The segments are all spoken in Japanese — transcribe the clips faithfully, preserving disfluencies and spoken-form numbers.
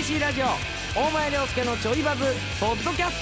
シー ラジオ大前涼介のちょいバズポッドキャスト。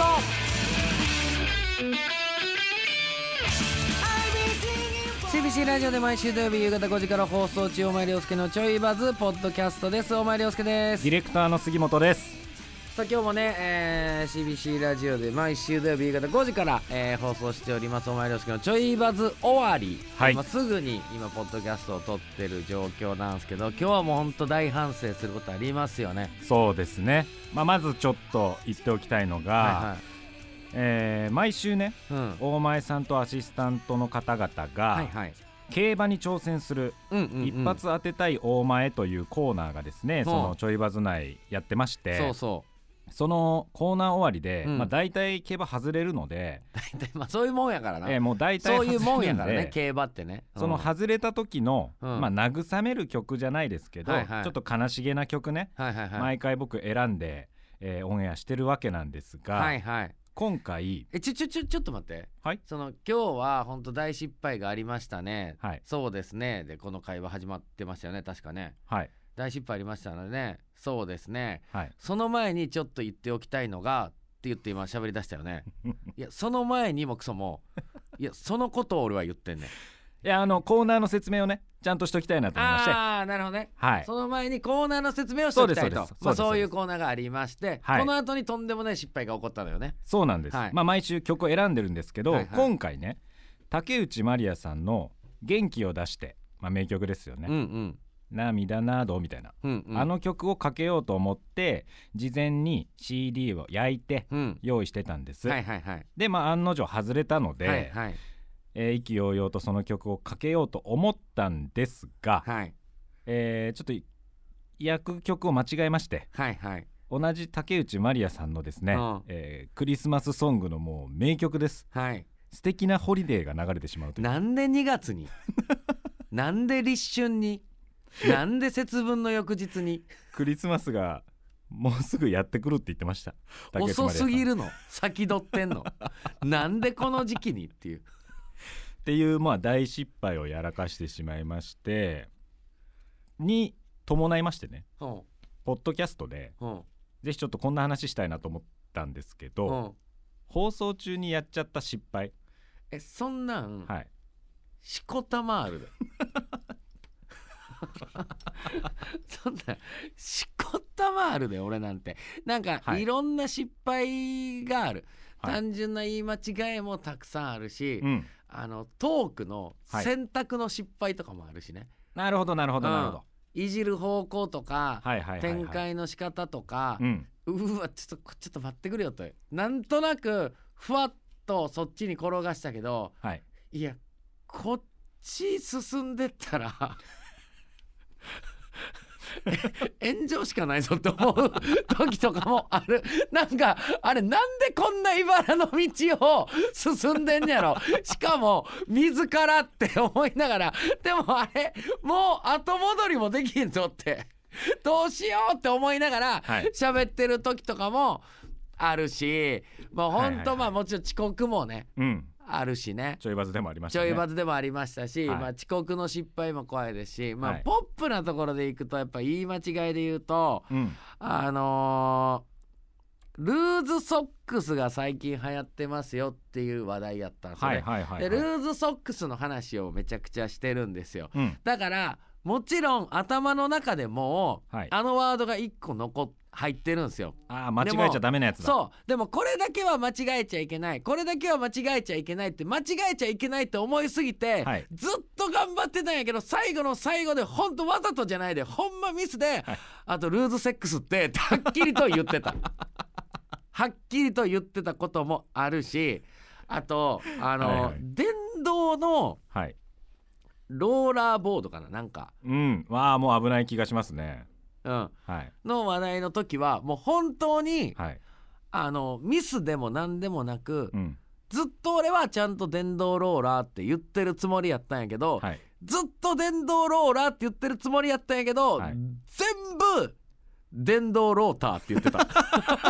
シービーシー ラジオで毎週土曜日夕方ごじから放送中、大前涼介のちょいバズポッドキャストです。大前涼介です。 ディレクターの杉本です。 さあ今日もね、えー、シービーシー ラジオで毎週土曜日夕方ごじから、えー、放送しております大前涼介のちょいバズ終わり、 はい、 まあ、すぐに今ポッドキャストを撮ってる状況なんですけど、今日はもうほんと大反省することありますよね。 そうですね、まあ、まずちょっと言っておきたいのが、はいはい、えー、毎週ね、うん、大前さんとアシスタントの方々が、はいはい、競馬に挑戦する、うんうんうん、一発当てたい大前というコーナーがですね、そのちょいバズ内やってまして、そうそうそのコーナー終わりで、うん、まあ、大体競馬外れるので、大体まあそういうもんやからな、えー、もう大体そういうもんやからね、競馬ってね、 うん、その外れた時の、うん、まあ、慰める曲じゃないですけど、はいはい、ちょっと悲しげな曲ね、はいはいはい、毎回僕選んで、えー、オンエアしてるわけなんですが、はいはい、今回えちょちょちょちょっと待って、はい、その今日は本当大失敗がありましたね、はい、そうですねでこの会話始まってましたよね、確かね、はい、大失敗ありましたのでね、そうですね、はい、その前にちょっと言っておきたいのがって言って今喋り出したよねいやその前にもクソもいやそのことを俺は言ってんねん。 いやあのコーナーの説明をねちゃんとしときたいなと思いまして、 ああなるほどね、はい、その前にコーナーの説明をしておきたいと、そうまあ、そういうコーナーがありまして、はい、この後にとんでもない失敗が起こったのよね。 そうなんです、はい、まあ、毎週曲を選んでるんですけど、はいはい、今回ね竹内まりやさんの元気を出して、まあ、名曲ですよね、うんうん、涙などみたいな、うんうん、あの曲をかけようと思って事前に シーディー を焼いて用意してたんです、うん、はいはいはい、でまあ案の定外れたので、はいはい、えー、意気揚々とその曲をかけようと思ったんですが、はい、えー、ちょっと焼く曲を間違えまして、はいはい、同じ竹内まりやさんのですね、うん、えー、クリスマスソングのもう名曲です、はい、素敵なホリデーが流れてしまうという。 なんでにがつになんで立春になんで節分の翌日にクリスマスがもうすぐやってくるって言ってました。 遅すぎるの、先取ってんのなんでこの時期にっていうっていうまあ大失敗をやらかしてしまいましてに伴いましてね、うん、ポッドキャストで、うん、ぜひちょっとこんな話したいなと思ったんですけど、うん、放送中にやっちゃった失敗、 えそんなん、はい、しこたまあるでそんなしこたまあるで俺なんてなんか、はい、いろんな失敗がある、はい、単純な言い間違いもたくさんあるし、うん、あのトークの選択の失敗とかもあるしね、 はい、なるほどなるほどなるほど、 うん、いじる方向とか、はいはいはいはい、展開の仕方とか、うん、うわちょっとちょっと待ってくれよと、なんとなくふわっとそっちに転がしたけど、はい、いやこっち進んでったら炎上しかないぞって思う時とかもある。なんかあれなんでこんな茨の道を進んでんやろしかも自らって思いながら、でもあれもう後戻りもできんぞってどうしようって思いながら喋ってる時とかもあるし、もうほんとまあもちろん遅刻もね、うん、あるしね、 ちょいバズでもありましたね、 ちょいバズでもありましたし、はい、まあ、遅刻の失敗も怖いですし、まあはい、ポップなところでいくとやっぱ言い間違いで言うと、うん、あのー、ルーズソックスが最近流行ってますよっていう話題やったんですよね、はいはいはいはい、でルーズソックスの話をめちゃくちゃしてるんですよ、うん、だからもちろん頭の中でもう、はい、あのワードがいっこ残って入ってるんですよ。 あー間違えちゃダメなやつだ。 そうでもこれだけは間違えちゃいけない、これだけは間違えちゃいけないって間違えちゃいけないって思いすぎて、はい、ずっと頑張ってたんやけど最後の最後でほんとわざとじゃないでほんまミスで、はい、あとルーズセックスってはっきりと言ってたはっきりと言ってたこともあるし、あとあの、はいはい、電動の、はい、ローラーボードかな、なんかうんわあもう危ない気がしますね、 うんはい、の話題の時はもう本当に、はい、あのミスでも何でもなく、うん、ずっと俺はちゃんと電動ローラーって言ってるつもりやったんやけど、はい、ずっと電動ローラーって言ってるつもりやったんやけど、はい、全部電動ローターって言ってた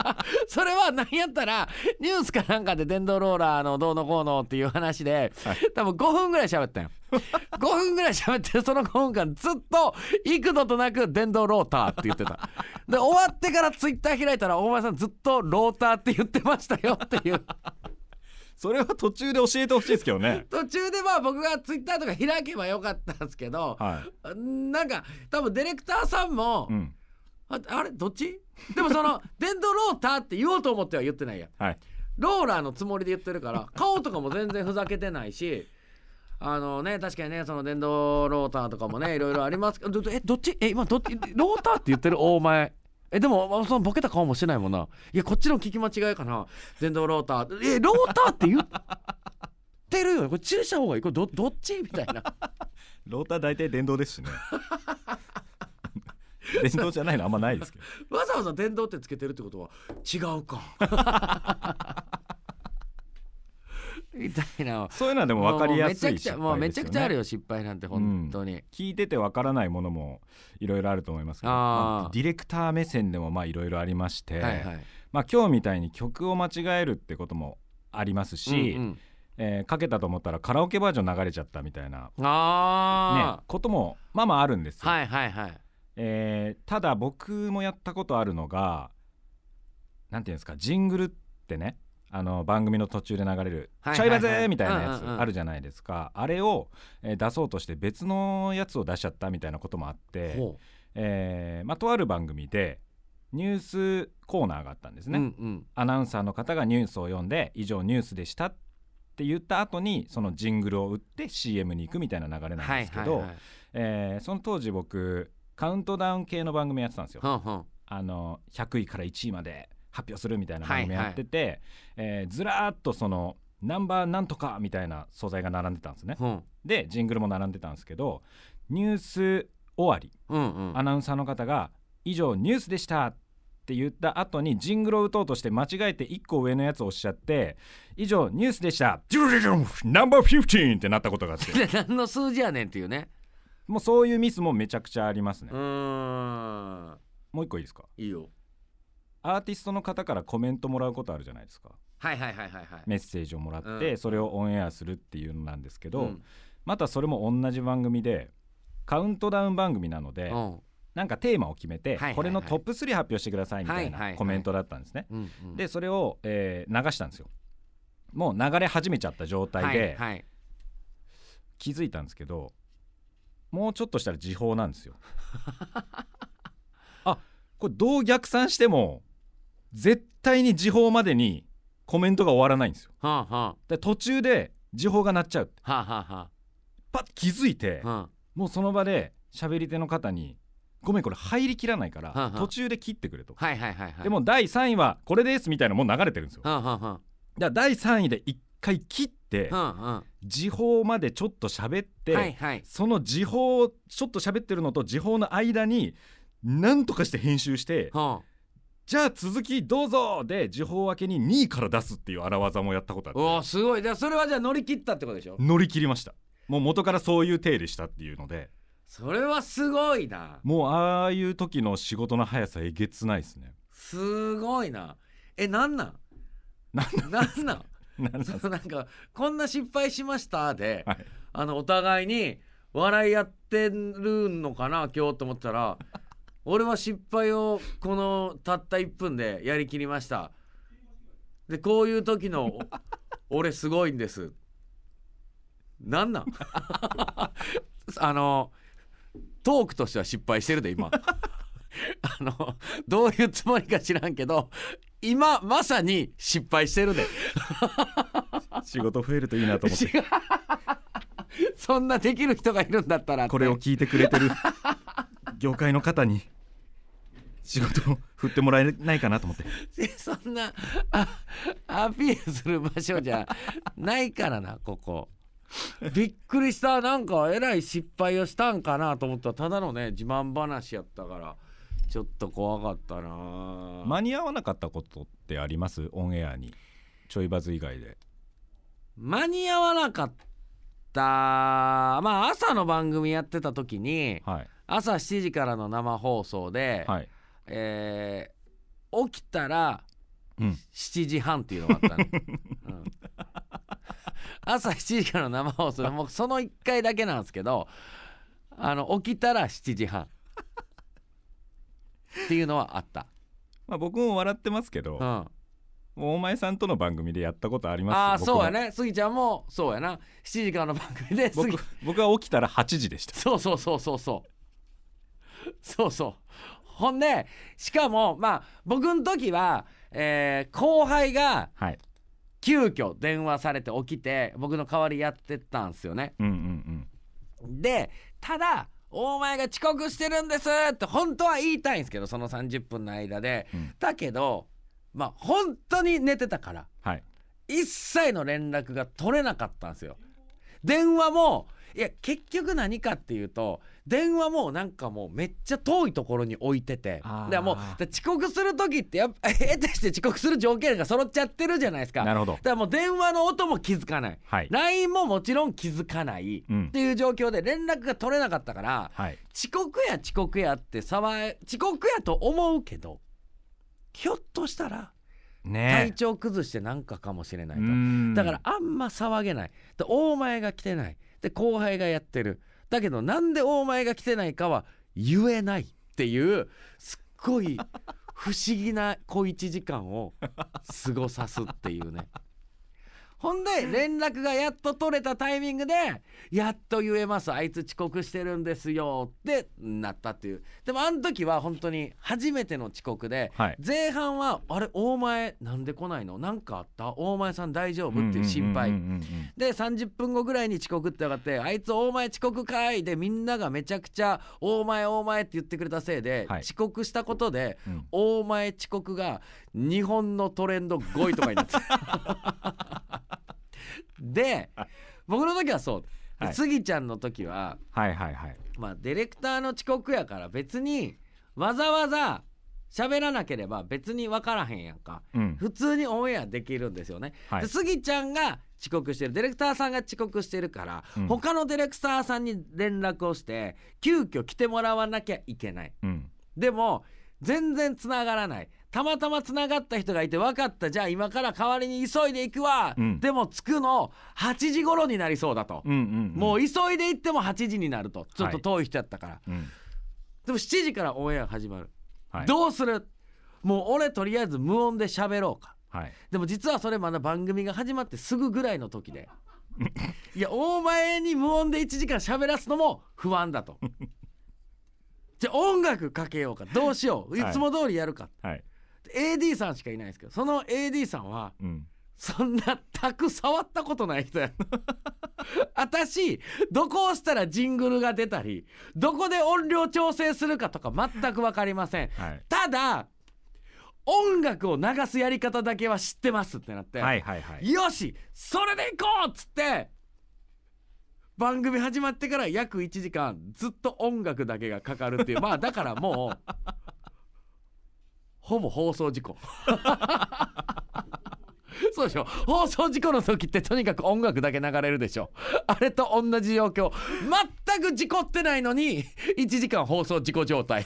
それは何やったらニュースかなんかで電動ローラーのどうのこうのっていう話で、はい、多分ごふんぐらい喋ったよごふんぐらい喋ってそのごふんかんずっと幾度となく電動ローターって言ってたで終わってからツイッター開いたら大前さんずっとローターって言ってましたよっていうそれは途中で教えてほしいですけどね途中でまあ僕がツイッターとか開けばよかったんですけど、はい、なんか多分ディレクターさんも、うん、あ, あれどっちでもその電動ローターって言おうと思っては言ってないや、はい、ローラーのつもりで言ってるから顔とかも全然ふざけてないしあのね確かにねその電動ローターとかもねいろいろありますけどえどっちえ今どっちローターって言ってるお前えでもそのボケた顔もしてないもんないやこっちの聞き間違いかな電動ローターえローターって言ってるよこれ注意した方がいいこれ ど, どっちみたいなローター大体電動ですしね電動じゃないのあんまないですけどわざわざ電動ってつけてるってことは違うかみたいなそういうのはでも分かりやすい失敗ですよね。 もうめちゃくちゃあるよ失敗なんて本当に、うん、 聞いてて分からないものもいろいろあると思いますけど、まあ、ディレクター目線でもまあいろいろありまして、はいはいまあ、今日みたいに曲を間違えるってこともありますし、うんうんえー、かけたと思ったらカラオケバージョン流れちゃったみたいな、あ、ね、こともまあまああるんですよ、はいはいはいえー、ただ僕もやったことあるのがなんていうんですかジングルってねあの番組の途中で流れるちょいバズみたいなやつあるじゃないですか、あれを、えー、出そうとして別のやつを出しちゃったみたいなこともあって、えーまあ、とある番組でニュースコーナーがあったんですね、うんうん、アナウンサーの方がニュースを読んで以上ニュースでしたって言った後にそのジングルを打って シーエム に行くみたいな流れなんですけど、はいはいはいえー、その当時僕カウントダウン系の番組やってたんですよ、はんはんあのひゃくいからいちいまで発表するみたいな番組やってて、はいはいえー、ずらーっとそのナンバーなんとかみたいな素材が並んでたんですね、うん、でジングルも並んでたんですけどニュース終わり、うんうん、アナウンサーの方が以上ニュースでしたって言った後にジングルを打とうとして間違えていっこ上のやつをおっしゃって以上ニュースでしたナンバーじゅうごってなったことがあって何の数字やねんっていうねもうそういうミスもめちゃくちゃありますね。うーんもう一個いいですか。 いいよ。 アーティストの方からコメントもらうことあるじゃないですか。 はいはいはいはい、はい、 メッセージをもらって、うん、それをオンエアするっていうのなんですけど、うん、またそれも同じ番組でカウントダウン番組なので、うん、なんかテーマを決めて、はいはいはい、これのトップスリー発表してくださいみたいなコメントだったんですね、はいはいはい、でそれを、えー、流したんですよ。もう流れ始めちゃった状態で、はいはい、気づいたんですけどもうちょっとしたら時報なんですよあ、これどう逆算しても絶対に時報までにコメントが終わらないんですよ、はあはあ、で途中で時報が鳴っちゃうって、はあはあ、パッ気づいて、はあ、もうその場で喋り手の方にごめんこれ入りきらないから、はあはあ、途中で切ってくれと、はいはいはいはい、でもだいさんいはこれですみたいなもう流れてるんですよ、はあはあ、だからだいさんいでいっかい切って、はあはあ、時報までちょっと喋って、はいはい、その時報ちょっと喋ってるのと時報の間に何とかして編集して、はあ、じゃあ続きどうぞで時報明けににいから出すっていう荒技もやったことあって、 おすごい。でそれはじゃあ乗り切ったってことでしょ。 乗り切りました。もう元からそういう体でしたっていうので、 それはすごいな。 もうああいう時の仕事の速さえげつないですね。 すごいな。えなんなんなんなんなんなんなんかこんな失敗しましたで、はい、あのお互いに笑いやってるのかな今日と思ったら俺は失敗をこのたったいっぷんでやりきりましたでこういう時の俺すごいんですなんなんあのトークとしては失敗してるで今あのどういうつもりか知らんけど今まさに失敗してるで仕事増えるといいなと思ってそんなできる人がいるんだったらこれを聞いてくれてる業界の方に仕事を振ってもらえないかなと思ってそんなあアピールする場所じゃないからなここびっくりした。なんかえらい失敗をしたんかなと思ったらただのね自慢話やったからちょっと怖かったな。 間に合わなかったことってあります？オンエアにちょいバズ以外で間に合わなかったまあ朝の番組やってた時に、はい、朝しちじからの生放送で、はいえー、起きたらうん、しちじはんっていうのがあったの、うん、朝しちじからの生放送でもうそのいっかいだけなんですけど、あの起きたらしちじはんっていうのはあった。 まあ僕も笑ってますけど、うん、大前さんとの番組でやったことあります。 ああそうやね、スギちゃんもそうやな、しちじからの番組で僕僕は起きたらはちじでした。 そうそうそうそうそうそうそう。ほんでしかもまあ僕の時は、えー、後輩が急遽電話されて起きて僕の代わりやってたんですよね、うんうんうん、でただお前が遅刻してるんですって本当は言いたいんですけど、そのさんじゅっぷんの間で、うん、だけどまあ本当に寝てたから、はい、一切の連絡が取れなかったんですよ。電話もいや結局何かっていうと、電話もなんかもうめっちゃ遠いところに置いてて、だからもうだ遅刻する時ってやっぱ得てして遅刻する条件が揃っちゃってるじゃないですか。 なるほど。 だからもう電話の音も気づかない、はい、ライン ももちろん気づかない、うん、っていう状況で連絡が取れなかったから、はい、遅刻や遅刻やって騒遅刻やと思うけど、ひょっとしたら体調崩してなんかかもしれないと、ね、だからあんま騒げない。で大前が来てないで後輩がやってる、だけどなんで大前が来てないかは言えないっていうすっごい不思議な小いちじかんを過ごさすっていうね。ほんで連絡がやっと取れたタイミングでやっと言えます、あいつ遅刻してるんですよってなったっていう。でもあの時は本当に初めての遅刻で、はい、前半はあれ大前なんで来ないの、なんかあった、大前さん大丈夫っていう心配で、さんじゅっぷんごぐらいに遅刻って分かって、あいつ大前遅刻かいでみんながめちゃくちゃ大前大前って言ってくれたせいで、はい、遅刻したことで、うん、大前遅刻が日本のトレンドごいとかになってで僕の時はそう、はい、スギちゃんの時は、はいはいはい、まあディレクターの遅刻やから別にわざわざ喋らなければ別に分からへんやんか、うん、普通にオンエアできるんですよね、はい、でスギちゃんが遅刻してる、ディレクターさんが遅刻してるから、うん、他のディレクターさんに連絡をして急遽来てもらわなきゃいけない、うん、でも全然つながらない、たまたまつながった人がいて分かった、じゃあ今から代わりに急いで行くわ、うん、でも着くのはちじ頃になりそうだと、うんうんうん、もう急いで行ってもはちじになると、ちょっと遠い人やったから、はい、うん、でもしちじからオンエア始まる、はい、どうする、もう俺とりあえず無音で喋ろうか、はい、でも実はそれまだ番組が始まってすぐぐらいの時でいや大前に無音でいちじかん喋らすのも不安だとじゃあ音楽かけようか、どうしよう、いつも通りやるか、はいはい、エーディー さんしかいないんですけど、その エーディー さんは、うん、そんなタク触ったことない人や私どこ押したらジングルが出たりどこで音量調整するかとか全く分かりません、はい、ただ音楽を流すやり方だけは知ってますってなって、はいはいはい、よしそれでいこうっつって番組始まってから約いちじかんずっと音楽だけがかかるっていうまあだからもうほぼ放送事故そうでしょ、放送事故の時ってとにかく音楽だけ流れるでしょ、あれと同じ状況、全く事故ってないのにいちじかん放送事故状態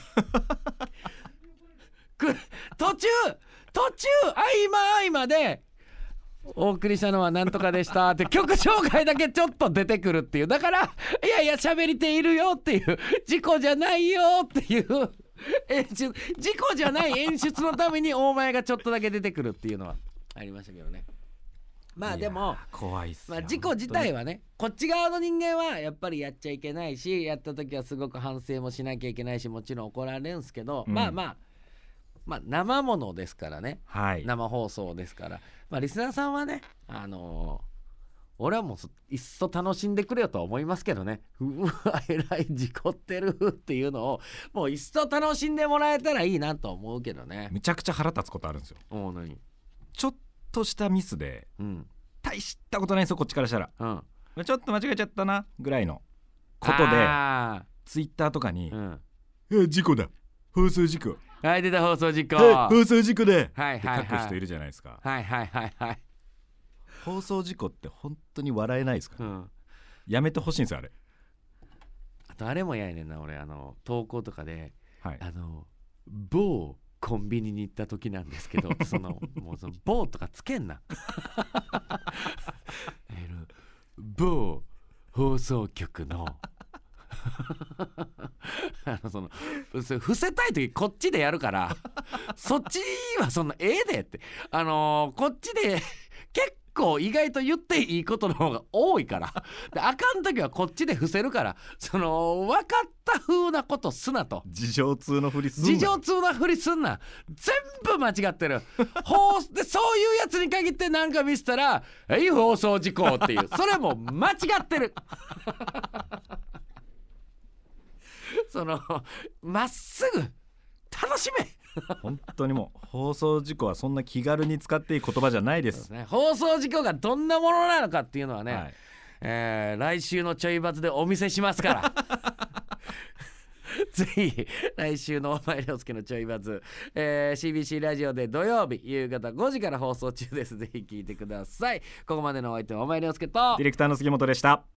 途中途中合間合間でお送りしたのはなんとかでしたって曲紹介だけちょっと出てくるっていう、だからいやいや喋り手いるよっていう事故じゃないよっていう演出、事故じゃない演出のために大前がちょっとだけ出てくるっていうのはありましたけどね。まあでも怖いっすよ、 まあ、事故自体はねこっち側の人間はやっぱりやっちゃいけないし、やった時はすごく反省もしなきゃいけないし、もちろん怒られるんすけど、うん、まあまあまあ生ものですからね、はい、生放送ですから、まあ、リスナーさんはね、あのー、俺はもういっそ楽しんでくれよとは思いますけどね、うわえらい事故ってるっていうのをもういっそ楽しんでもらえたらいいなと思うけどね。 めちゃくちゃ腹立つことあるんですよ。 お何ちょっとしたミスで、うん、大したことないですよこっちからしたら、うん、ちょっと間違えちゃったなぐらいのことでツイッターとかに、うん、え事故だ放送事故はい出た放送事故放送事故ではいはいはいって書く人いるじゃないですか。 はいはいはいはい放送事故って本当に笑えないですか、うん、やめてほしいんですよあれ。 あとあれもやいねんな俺、あの投稿とかで、はい、あの某コンビニに行った時なんですけどそのもうその棒とかつけんな某放送局のあのその伏せたい時こっちでやるからそっちはそんなええでってあのー、こっちで結構意外と言っていいことの方が多いからであかん時はこっちで伏せるからその分かった風なことすなと事情通のふりすんな事情通のふりすんな全部間違ってる放でそういうやつに限ってなんか見せたらはい放送事故っていうそれも間違ってるそのまっすぐ楽しめ本当にもう放送事故はそんな気軽に使っていい言葉じゃないです。 そうですね、放送事故がどんなものなのかっていうのはね、はい、えー、来週のちょいバズでお見せしますからぜひ来週のお前涼介のちょいバズ、えー、シービーシー ラジオで土曜日夕方ごじから放送中です。ぜひ聞いてください。ここまでのお相手はお前涼介とディレクターの杉本でした。